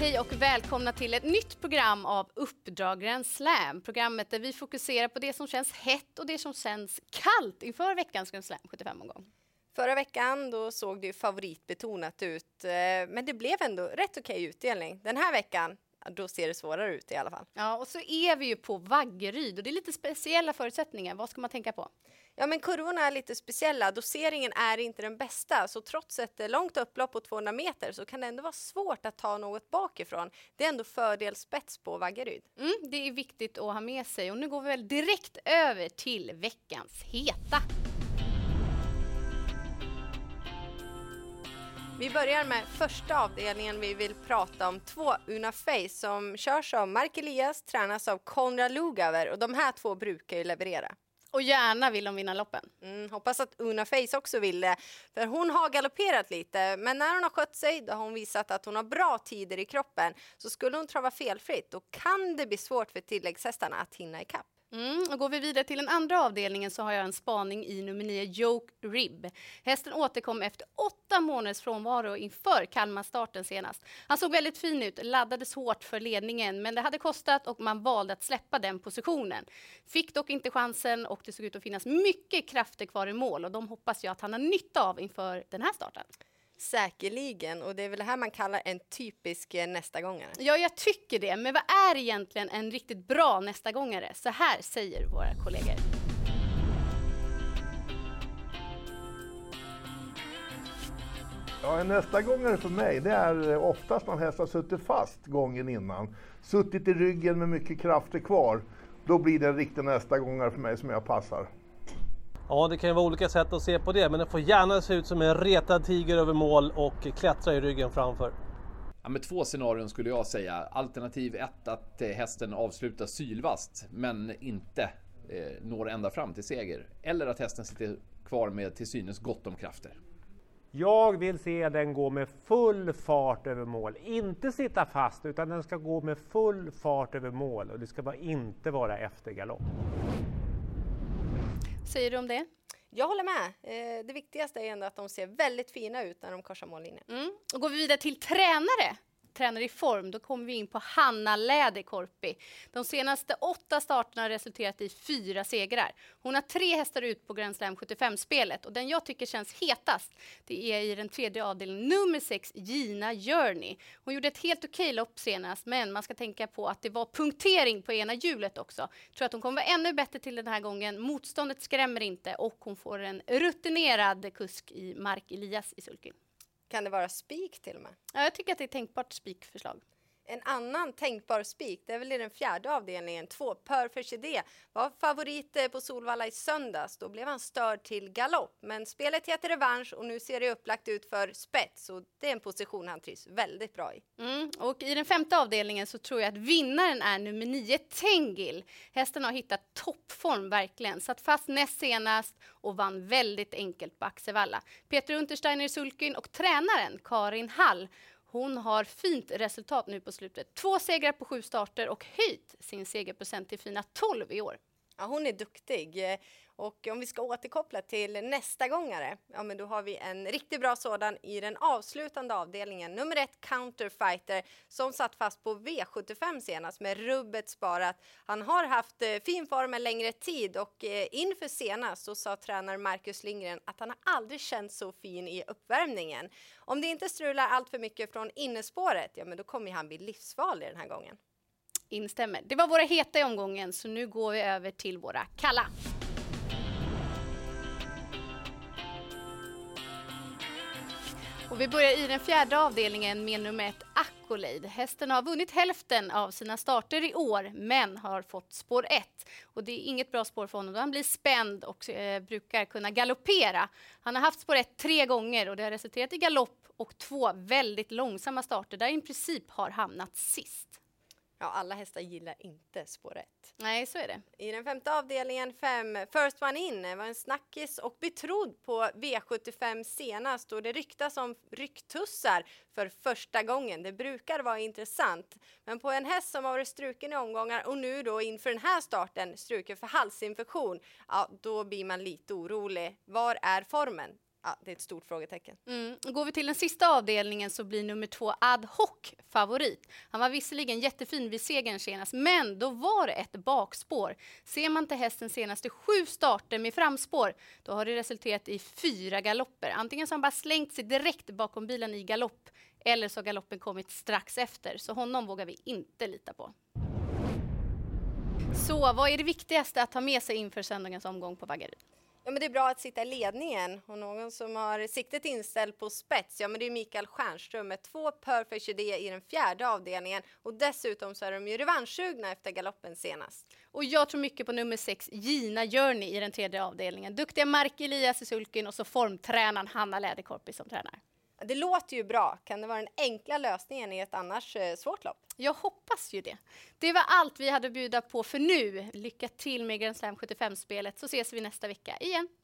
Hej och välkomna till ett nytt program av Uppdrag Grand Slam. Programmet där vi fokuserar på det som känns hett och det som känns kallt inför veckans Grand Slam 75-omgång. Förra veckan då såg det ju favoritbetonat ut, men det blev ändå rätt okej utdelning. Den här veckan då ser det svårare ut i alla fall. Ja, och så är vi ju på Vaggeryd och det är lite speciella förutsättningar. Vad ska man tänka på? Ja, men kurvorna är lite speciella. Doseringen är inte den bästa, så trots ett långt upplopp på 200 meter så kan det ändå vara svårt att ta något bakifrån. Det är ändå fördelspets på Vaggeryd. Det är viktigt att ha med sig och nu går vi väl direkt över till veckans heta. Vi börjar med första avdelningen. Vi vill prata om 2 Una Face som körs av Mark Elias, tränas av Konrad Lugauer och de här 2 brukar ju leverera. Och gärna vill de vinna loppen. Hoppas att Una Face också vill det. För hon har galopperat lite. Men när hon har skött sig då har hon visat att hon har bra tider i kroppen. Så skulle hon trava felfritt då kan det bli svårt för tilläggshästarna att hinna ikapp. Och går vi vidare till den andra avdelningen så har jag en spaning i nummer 9 Joke Rib. Hästen återkom efter 8 månaders frånvaro inför Kalmar-starten senast. Han såg väldigt fin ut, laddades hårt för ledningen men det hade kostat och man valde att släppa den positionen. Fick dock inte chansen och det såg ut att finnas mycket krafter kvar i mål och de hoppas jag att han har nytta av inför den här starten. Säkerligen, och det är väl det här man kallar en typisk nästagångare. Ja, jag tycker det. Men vad är egentligen en riktigt bra nästagångare? Så här säger våra kollegor. Ja, en nästagångare för mig, det är oftast man hästar suttit fast gången innan. Suttit i ryggen med mycket krafter kvar. Då blir det en riktig nästagångare för mig som jag passar. Ja, det kan ju vara olika sätt att se på det, men det får gärna se ut som en retad tiger över mål och klättra i ryggen framför. Ja, med 2 scenarion skulle jag säga. Alternativ 1 att hästen avslutar sylvast men inte når ända fram till seger. Eller att hästen sitter kvar med till synes gott om krafter. Jag vill se den gå med full fart över mål. Inte sitta fast utan den ska gå med full fart över mål och det ska inte vara eftergalopp. Säger du om det? Jag håller med. Det viktigaste är ändå att de ser väldigt fina ut när de korsar mållinjen. Och går vi vidare till tränare i form, då kommer vi in på Hanna Läderkorpi. De senaste 8 starterna har resulterat i 4 segrar. Hon har 3 hästar ut på Grand Slam 75-spelet och den jag tycker känns hetast, det är i den 3:e avdelningen nummer 6, Gina Journey. Hon gjorde ett helt okej lopp senast, men man ska tänka på att det var punktering på ena hjulet också. Jag tror att hon kommer vara ännu bättre till den här gången. Motståndet skrämmer inte och hon får en rutinerad kusk i Mark Elias i sulken. Kan det vara spik till och med? Ja, jag tycker att det är ett tänkbart spikförslag. En annan tänkbar spik, det är väl i den 4:e avdelningen. 2 Perfect Idé var favorit på Solvalla i söndags. Då blev han störd till galopp. Men spelet heter revansch och nu ser det upplagt ut för spets. Och det är en position han trivs väldigt bra i. Och i den 5:e avdelningen så tror jag att vinnaren är nummer 9 Tengil. Hästen har hittat toppform verkligen. Satt fast näst senast och vann väldigt enkelt på Axevalla. Peter Untersteiner i sulken och tränaren Karin Hall. Hon har fint resultat nu på slutet. 2 segrar på 7 starter och höjt sin segerprocent till fina 12 i år. Ja, hon är duktig. Och om vi ska återkoppla till nästa gångare, ja men då har vi en riktigt bra sådan i den avslutande avdelningen. Nummer 1 Counterfighter som satt fast på V75 senast med rubbet sparat. Han har haft fin form en längre tid och inför senast så sa tränare Marcus Lindgren att han har aldrig känt så fin i uppvärmningen. Om det inte strular allt för mycket från innespåret, ja men då kommer han bli livsfarlig den här gången. Instämmer. Det var våra heta i omgången så nu går vi över till våra kalla. Och vi börjar i den 4:e avdelningen med nummer 1 Accolade. Hästen har vunnit hälften av sina starter i år men har fått spår 1. Och det är inget bra spår för honom då han blir spänd och brukar kunna galoppera. Han har haft spår 1 3 gånger och det har resulterat i galopp och 2 väldigt långsamma starter där i princip har hamnat sist. Ja, alla hästar gillar inte spår 1. Nej, så är det. I den 5:e avdelningen 5 First One In var en snackis och betrodd på V75 senast och det ryktas om rycktussar för första gången. Det brukar vara intressant. Men på en häst som har varit struken i omgångar och nu då inför den här starten struken för halsinfektion, ja då blir man lite orolig. Var är formen? Ja, det är ett stort frågetecken. Går vi till den sista avdelningen så blir nummer 2 Ad Hoc favorit. Han var visserligen jättefin vid segern senast, men då var det ett bakspår. Ser man till hästens senaste 7 starter med framspår, då har det resulterat i 4 galopper. Antingen så har han bara slängt sig direkt bakom bilen i galopp, eller så har galoppen kommit strax efter. Så honom vågar vi inte lita på. Så vad är det viktigaste att ta med sig inför söndagens omgång på Vaggeryd? Ja, men det är bra att sitta i ledningen, och någon som har siktet inställt på spets, ja men det är Mikael Stjernström med 2 Perfect Idé i den 4:e avdelningen, och dessutom så är de ju revanschsugna efter galoppen senast. Och jag tror mycket på nummer 6 Gina Journey i den 3:e avdelningen. Duktiga Mark Elias i sulken och så formtränaren Hanna Läderkorpi som tränar. Det låter ju bra. Kan det vara den enkla lösningen i ett annars svårt lopp? Jag hoppas ju det. Det var allt vi hade att bjuda på för nu. Lycka till med Grand Slam 75-spelet, så ses vi nästa vecka igen.